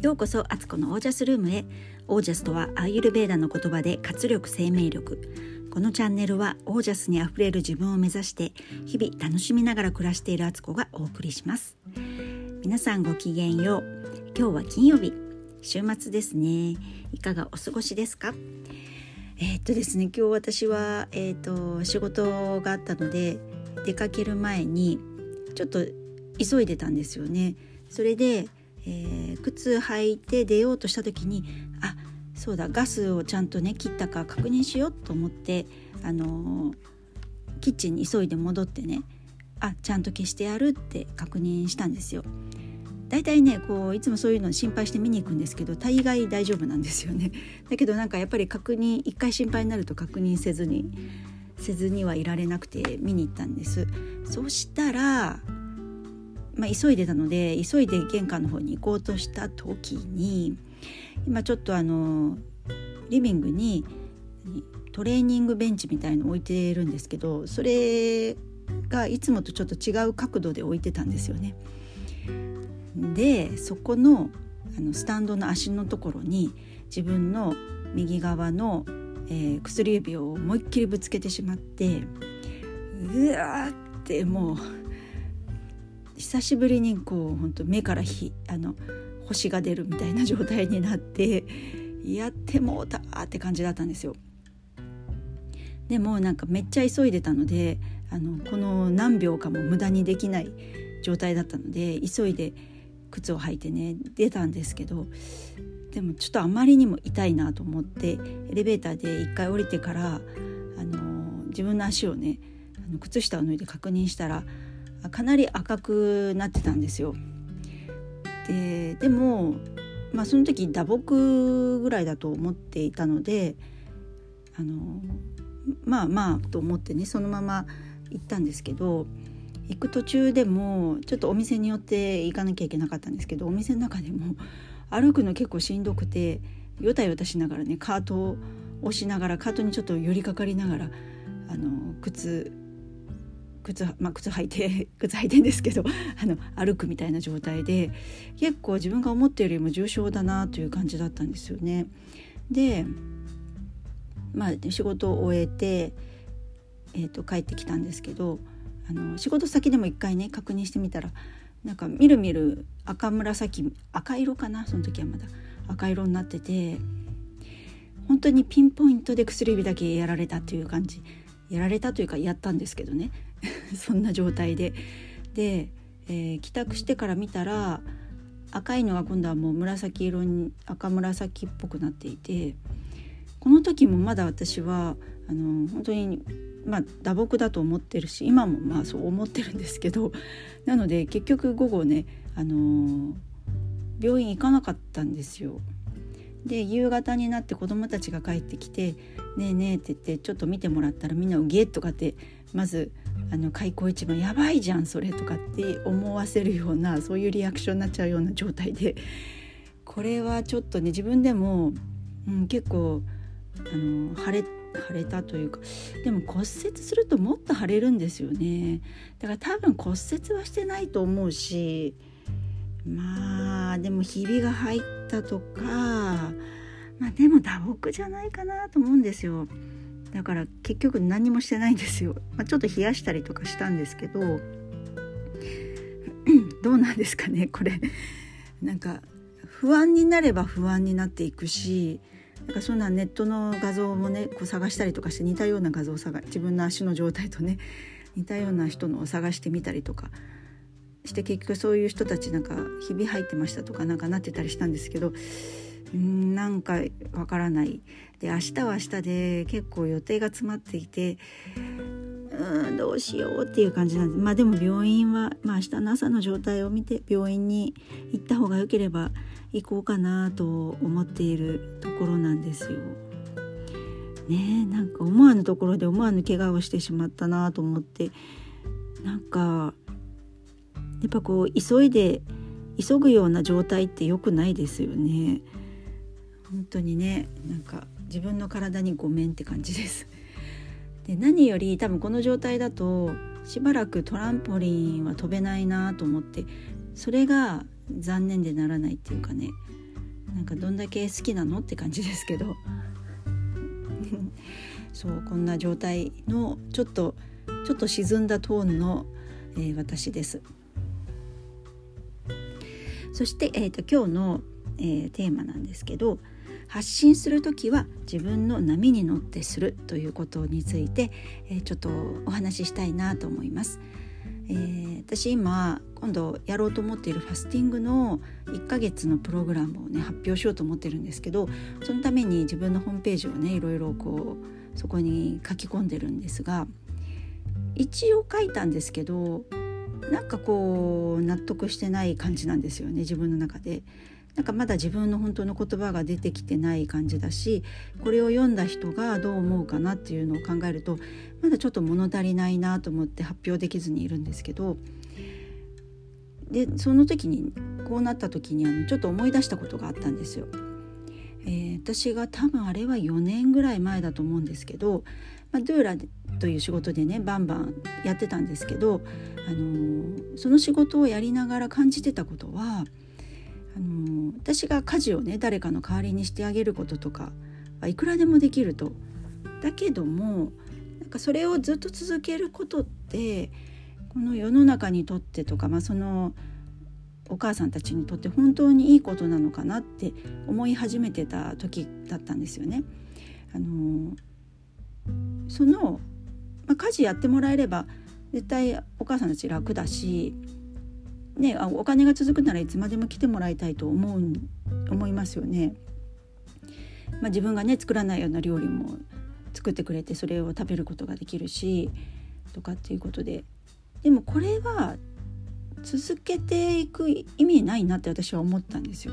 ようこそアツコのオージャスルームへ。オージャスとはアーユルヴェーダの言葉で活力、生命力。このチャンネルはオージャスにあふれる自分を目指して日々楽しみながら暮らしているアツコがお送りします。皆さんごきげんよう。今日は金曜日、週末ですね。いかがお過ごしですか？ですね、今日私は、仕事があったので出かける前にちょっと急いでたんですよね。それで靴履いて出ようとした時にそうだ、ガスをちゃんとね切ったか確認しようと思って、キッチンに急いで戻ってね、ちゃんと消してやるって確認したんですよ。だいたいねいつもそういうの心配して見に行くんですけど、大概大丈夫なんですよね。だけどやっぱり一回心配になると確認せずにはいられなくて見に行ったんです。そうしたら急いでたので急いで玄関の方に行こうとした時に、今ちょっとリビングにトレーニングベンチみたいの置いてるんですけど、それがいつもとちょっと違う角度で置いてたんですよね。でそこのスタンドの足のところに自分の右側の、薬指を思いっきりぶつけてしまって、うわーってもう久しぶりに本当目から星が出るみたいな状態になって、やってもうたって感じだったんですよ。でもめっちゃ急いでたのでこの何秒かも無駄にできない状態だったので、急いで靴を履いてね出たんですけど、でもちょっとあまりにも痛いなと思ってエレベーターで一回降りてから自分の足をね靴下を脱いで確認したらかなり赤くなってたんですよ。でもその時打撲ぐらいだと思っていたのでと思ってねそのまま行ったんですけど、行く途中でもちょっとお店に寄って行かなきゃいけなかったんですけど、お店の中でも歩くの結構しんどくて、よたよたしながらねカートを押しながらカートにちょっと寄りかかりながら靴履いてんですけど歩くみたいな状態で、結構自分が思っているよりも重症だなという感じだったんですよね。で仕事を終えて、帰ってきたんですけど、仕事先でも一回ね確認してみたらみるみる赤色かな、その時はまだ赤色になってて、本当にピンポイントで薬指だけやられたという感じ。やられたというかやったんですけどねそんな状態で帰宅してから見たら赤いのが今度はもう紫色に赤紫っぽくなっていて、この時もまだ私は本当に打撲だと思ってるし、今もそう思ってるんですけど、なので結局午後ね病院行かなかったんですよ。で夕方になって子供たちが帰ってきてねえねえって言ってちょっと見てもらったら、みんなゲッとかってまず開口一番やばいじゃんそれとかって思わせるような、そういうリアクションになっちゃうような状態で、これはちょっとね自分でも、結構腫れたというか、でも骨折するともっと腫れるんですよね。だから多分骨折はしてないと思うし、でもひびが入ったとか、でも打撲じゃないかなと思うんですよ。だから結局何もしてないんですよ。ちょっと冷やしたりとかしたんですけどどうなんですかねこれ。不安になれば不安になっていくし、そんなネットの画像もね探したりとかして、似たような画像を自分の足の状態とね似たような人のを探してみたりとかして、結局そういう人たちひび入ってましたとかなってたりしたんですけど、わからない。で明日は明日で結構予定が詰まっていて、どうしようっていう感じなんで、でも病院は、明日の朝の状態を見て病院に行った方が良ければ行こうかなと思っているところなんですよね。思わぬところで思わぬ怪我をしてしまったなと思って、やっぱ急ぐような状態って良くないですよね。本当にね自分の体にごめんって感じです。で何より多分この状態だとしばらくトランポリンは飛べないなと思って、それが残念でならないっていうかね、 なんかどんだけ好きなのって感じですけどそうこんな状態のちょっと沈んだトーンの、私です。そして、今日の、テーマなんですけど、発信するときは自分の波に乗ってするということについて、ちょっとお話ししたいなと思います。私今度やろうと思っているファスティングの1ヶ月のプログラムをね発表しようと思ってるんですけど、そのために自分のホームページをねいろいろそこに書き込んでるんですが、一応書いたんですけどなんか納得してない感じなんですよね。自分の中でなんかまだ自分の本当の言葉が出てきてない感じだし、これを読んだ人がどう思うかなっていうのを考えるとまだちょっと物足りないなと思って発表できずにいるんですけど、でその時にこうなった時にちょっと思い出したことがあったんですよ。私が多分あれは4年ぐらい前だと思うんですけど、ドゥーラという仕事でねバンバンやってたんですけど、その仕事をやりながら感じてたことは、私が家事をね誰かの代わりにしてあげることとかいくらでもできると。だけどもなんかそれをずっと続けることってこの世の中にとってとか、そのお母さんたちにとって本当にいいことなのかなって思い始めてた時だったんですよね。家事やってもらえれば絶対お母さんたち楽だし、ね、お金が続くならいつまでも来てもらいたいと思いますよね。自分がね作らないような料理も作ってくれてそれを食べることができるしとかっていうことで、でもこれは続けていく意味ないなって私は思ったんですよ。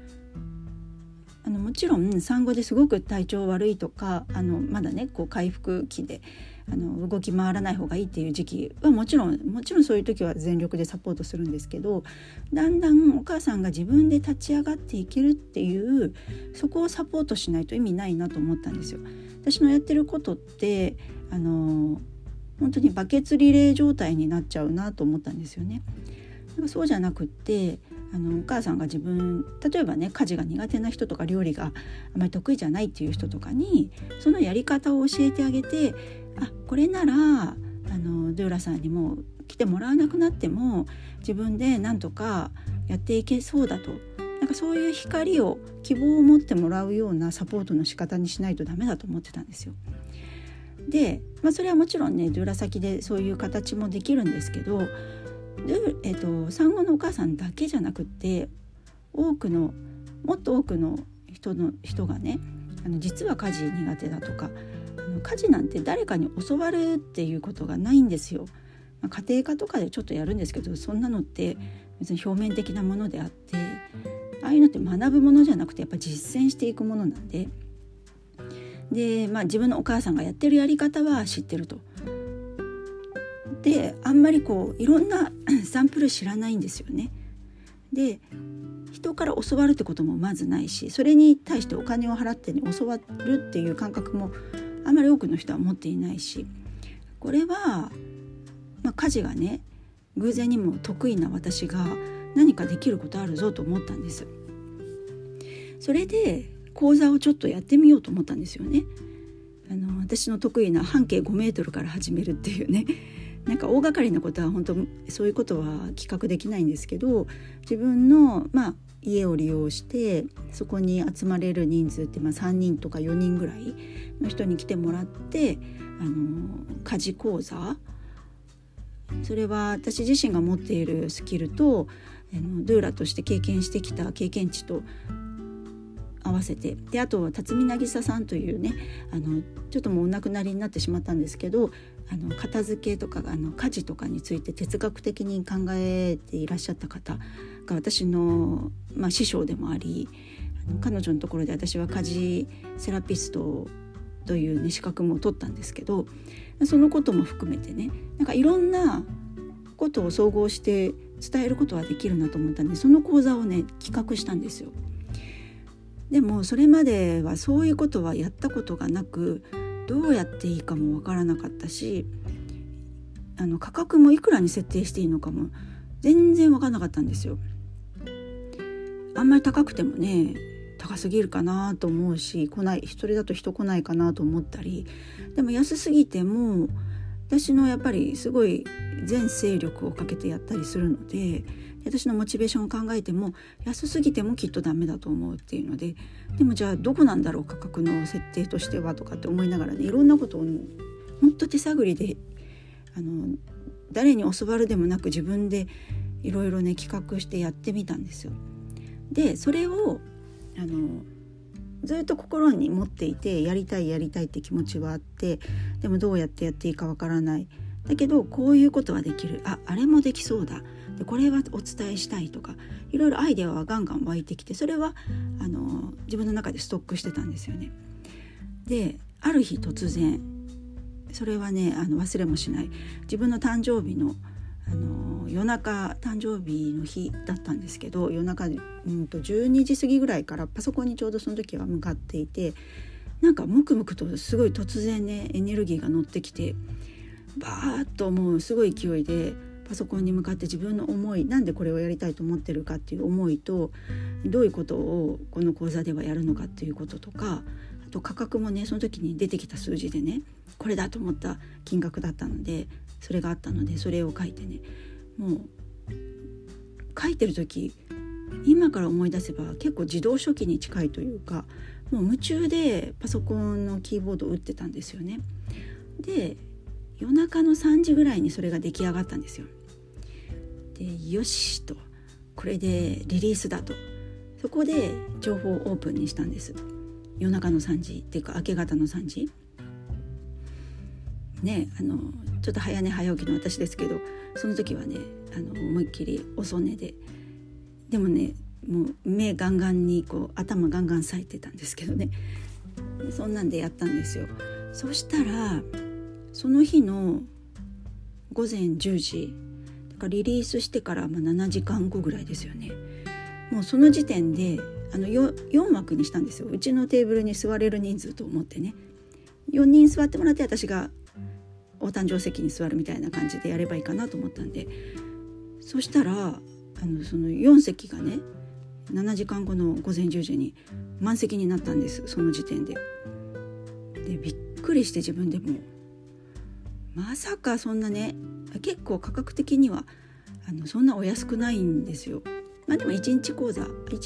もちろん産後ですごく体調悪いとかまだね回復期で動き回らない方がいいっていう時期はもちろんそういう時は全力でサポートするんですけど、だんだんお母さんが自分で立ち上がっていけるっていうそこをサポートしないと意味ないなと思ったんですよ。私のやってることって本当にバケツリレー状態になっちゃうなと思ったんですよね。そうじゃなくってお母さんが自分例えばね家事が苦手な人とか料理があまり得意じゃないっていう人とかにそのやり方を教えてあげて、これならドゥーラさんにも来てもらわなくなっても自分でなんとかやっていけそうだと、なんかそういう光を希望を持ってもらうようなサポートの仕方にしないとダメだと思ってたんですよ。で、それはもちろんねドゥーラ先でそういう形もできるんですけど、産後のお母さんだけじゃなくってもっと多くの人がね実は家事苦手だとか家事なんて誰かに教わるっていうことがないんですよ。家庭科とかでちょっとやるんですけど、そんなのって別に表面的なものであって、ああいうのって学ぶものじゃなくてやっぱ実践していくものなんで、自分のお母さんがやってるやり方は知ってると。であんまりいろんなサンプル知らないんですよね。で人から教わるってこともまずないし、それに対してお金を払ってね教わるっていう感覚もあんまり多くの人は持っていないし、これは、家事がね偶然にも得意な私が何かできることあるぞと思ったんです。それで講座をちょっとやってみようと思ったんですよね。私の得意な半径5メートルから始めるっていうね、なんか大掛かりなことは本当そういうことは企画できないんですけど、自分の家を利用してそこに集まれる人数って3人とか4人ぐらいの人に来てもらって家事講座、それは私自身が持っているスキルとドゥーラとして経験してきた経験値と合わせて、であとは辰巳渚さんというねちょっともうお亡くなりになってしまったんですけど片付けとか家事とかについて哲学的に考えていらっしゃった方が私の、師匠でもあり、彼女のところで私は家事セラピストという、資格も取ったんですけど、そのことも含めてねなんかいろんなことを総合して伝えることはできるなと思ったんで、その講座をね企画したんですよ。でもそれまではそういうことはやったことがなく、どうやっていいかもわからなかったし、価格もいくらに設定していいのかも全然わからなかったんですよ。あんまり高くてもね高すぎるかなと思うし、それだと人来ないかなと思ったり、でも安すぎても私のやっぱりすごい全精力をかけてやったりするので、私のモチベーションを考えても安すぎてもきっとダメだと思うっていうので、でもじゃあどこなんだろう価格の設定としてはとかって思いながらね、いろんなことを本当手探りで誰に教わるでもなく自分でいろいろね企画してやってみたんですよ。でそれをずっと心に持っていて、やりたいって気持ちはあって、でもどうやってやっていいかわからない、だけどこういうことはできる、あれもできそうだ、でこれはお伝えしたいとか、いろいろアイデアはガンガン湧いてきて、それは自分の中でストックしてたんですよね。である日突然、それはね忘れもしない、自分の誕生日の夜中、誕生日の日だったんですけど、夜中12時過ぎぐらいからパソコンにちょうどその時は向かっていて、なんかムクムクとすごい突然ねエネルギーが乗ってきて、バーッともうすごい勢いでパソコンに向かって自分の思い、なんでこれをやりたいと思ってるかっていう思いと、どういうことをこの講座ではやるのかっていうこととか、あと価格もねその時に出てきた数字でね、これだと思った金額だったので、それがあったのでそれを書いてね、もう書いてる時今から思い出せば結構自動書記に近いというか、もう夢中でパソコンのキーボードを打ってたんですよね。で夜中の3時ぐらいにそれが出来上がったんですよ。でよしと、これでリリースだと、そこで情報をオープンにしたんです。夜中の3時っていうか明け方の3時ね、ちょっと早寝早起きの私ですけど、その時はね思いっきり遅寝で、でもねもう目ガンガンに頭ガンガン咲いてたんですけどね、そんなんでやったんですよ。そしたらその日の午前10時だからリリースしてから7時間後ぐらいですよね。もうその時点で4枠にしたんですよ。うちのテーブルに座れる人数と思ってね、4人座ってもらって私がお誕生席に座るみたいな感じでやればいいかなと思ったんで、そしたらその4席がね7時間後の午前10時に満席になったんです。その時点でびっくりして、自分でもまさかそんなね、結構価格的にはそんなお安くないんですよ。でも1日講座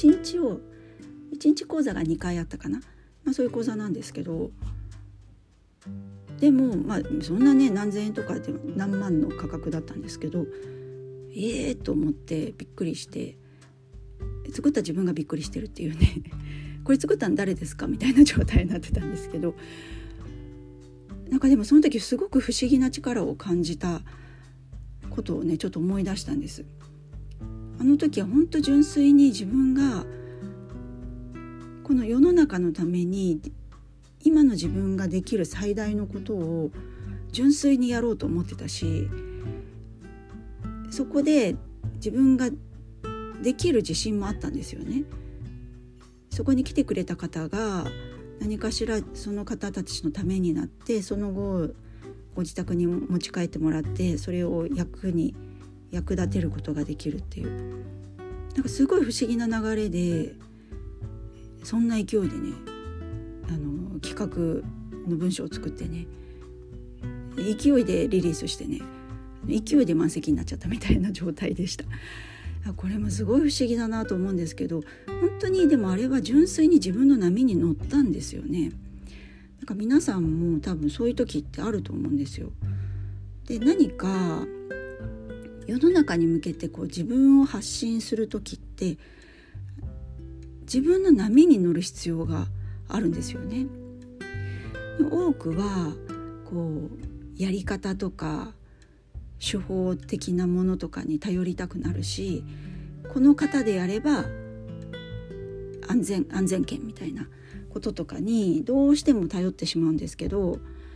が2回あったかな、そういう講座なんですけど、でもそんなね何千円とかで何万の価格だったんですけど、と思ってびっくりして、作った自分がびっくりしてるっていうねこれ作ったの誰ですかみたいな状態になってたんですけど、なんかでもその時すごく不思議な力を感じたことをねちょっと思い出したんです。あの時は本当純粋に自分がこの世の中のために今の自分ができる最大のことを純粋にやろうと思ってたし、そこで自分ができる自信もあったんですよね。そこに来てくれた方が何かしらその方たちのためになって、その後ご自宅に持ち帰ってもらって、それを役立てることができるっていう、なんかすごい不思議な流れで、そんな勢いでね企画の文章を作ってね、勢いでリリースしてね、勢いで満席になっちゃったみたいな状態でした。これもすごい不思議だなと思うんですけど、本当にでもあれは純粋に自分の波に乗ったんですよね。なんか皆さんも多分そういう時ってあると思うんですよ。で何か世の中に向けて自分を発信する時って自分の波に乗る必要があるんですよね。多くはやり方とか手法的なものとかに頼りたくなるし、この方でやれば安全圏みたいなこととかにどうしても頼ってしまうんですけど、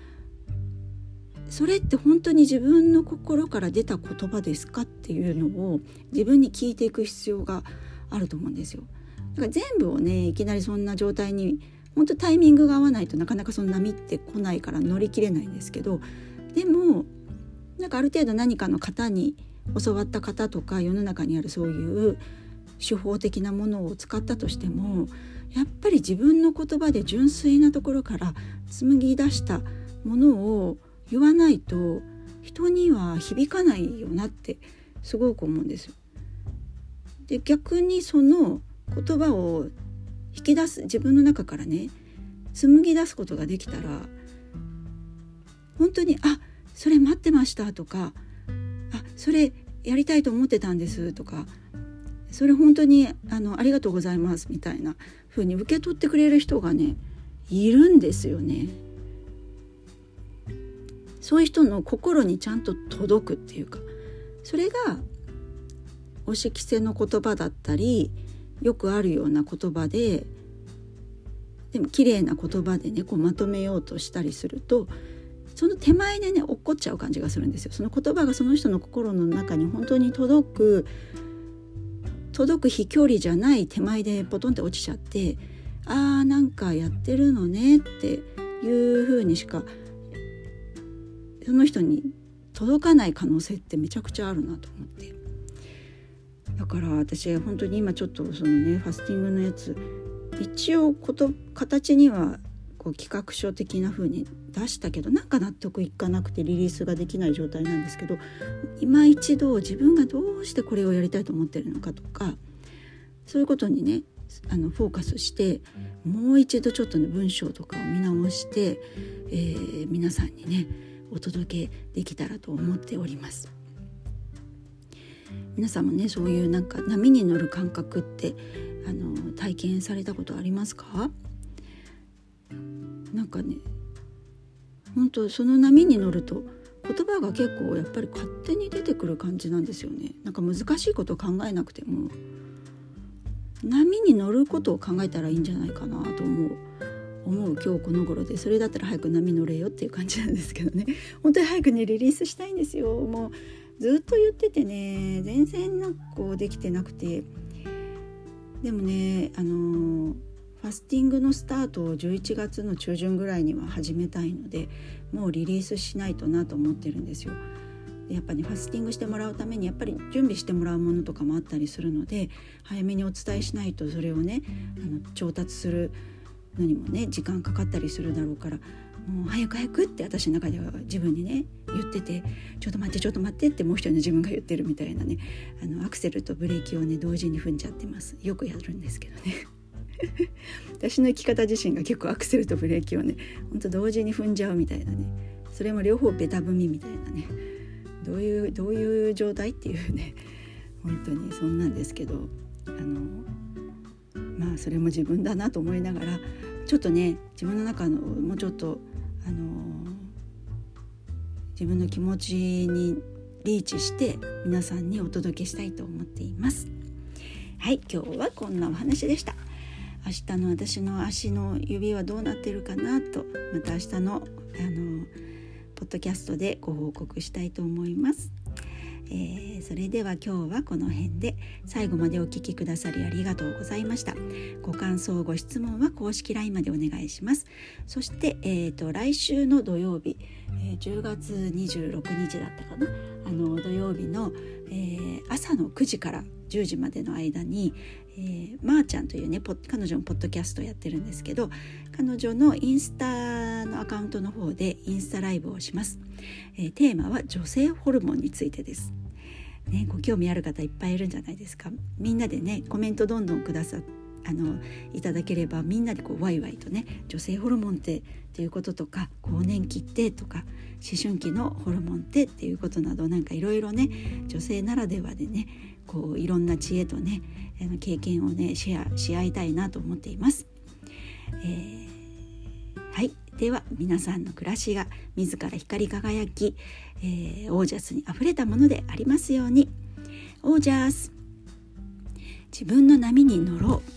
それって本当に自分の心から出た言葉ですかっていうのを自分に聞いていく必要があると思うんですよ。だから全部をねいきなりそんな状態に本当タイミングが合わないとなかなかその波って来ないから乗り切れないんですけど、でもなんかある程度何かの方に教わった方とか世の中にあるそういう手法的なものを使ったとしても、やっぱり自分の言葉で純粋なところから紡ぎ出したものを言わないと人には響かないよなってすごく思うんですよ。で、逆にその言葉を引き出す、自分の中からね紡ぎ出すことができたら、本当にそれ待ってましたとか、それやりたいと思ってたんですとか、それ本当にありがとうございますみたいな風に受け取ってくれる人がねいるんですよね。そういう人の心にちゃんと届くっていうか、それがお仕着せの言葉だったり、よくあるような言葉でも綺麗な言葉でねこうまとめようとしたりすると、その手前でね落っこっちゃう感じがするんですよ。その言葉がその人の心の中に本当に届く飛距離じゃない手前でポトンって落ちちゃって、なんかやってるのねっていう風にしかその人に届かない可能性ってめちゃくちゃあるなと思って、だから私本当に今ちょっとそのねファスティングのやつ一応形にはこう企画書的な風に出したけど、なんか納得いかなくてリリースができない状態なんですけど、今一度自分がどうしてこれをやりたいと思ってるのかとか、そういうことにねフォーカスして、もう一度ちょっとね文章とかを見直して、皆さんにねお届けできたらと思っております。皆さんもねそういうなんか波に乗る感覚って体験されたことありますか？なんかね本当その波に乗ると言葉が結構やっぱり勝手に出てくる感じなんですよね。なんか難しいことを考えなくても波に乗ることを考えたらいいんじゃないかなと思う今日この頃で、それだったら早く波乗れよっていう感じなんですけどね。本当に早くねリリースしたいんですよ。もうずっと言っててね全然なんかこうできてなくて、でもねファスティングのスタートを11月の中旬ぐらいには始めたいので、もうリリースしないとなと思ってるんですよ。やっぱり、ファスティングしてもらうためにやっぱり準備してもらうものとかもあったりするので、早めにお伝えしないとそれをね調達するのにもね時間かかったりするだろうから、もう早くって私の中では自分にね言ってて、ちょっと待ってってもう一人の自分が言ってるみたいなね、アクセルとブレーキをね同時に踏んじゃってます。よくやるんですけどね私の生き方自身が結構アクセルとブレーキをねほんと同時に踏んじゃうみたいなね、それも両方ベタ踏みみたいなね、どういう状態っていうね、本当にそんなんですけど、それも自分だなと思いながら、ちょっとね自分の中のもうちょっと自分の気持ちにリーチして皆さんにお届けしたいと思っています。はい、今日はこんなお話でした。明日の私の足の指はどうなっているかなと、また明日のポッドキャストでご報告したいと思います。それでは今日はこの辺で、最後までお聞きくださりありがとうございました。ご感想ご質問は公式 LINE までお願いします。そして、来週の土曜日、10月26日だったかな、土曜日の、朝の9時から10時までの間に、まーちゃんというね彼女のポッドキャストをやってるんですけど、彼女のインスタのアカウントの方でインスタライブをします。テーマは女性ホルモンについてです、ね、ご興味ある方いっぱいいるんじゃないですか。みんなでねコメントどんどんくださいただければ、みんなでこうワイワイとね、女性ホルモンっていうこととか、更年期ってとか、思春期のホルモンっていうことなど、なんかいろいろね女性ならではでねこういろんな知恵とね経験をねシェアし合いたいなと思っています。はい、では皆さんの暮らしが自ら光り輝き、オージャスにあふれたものでありますように。オージャス、自分の波に乗ろう。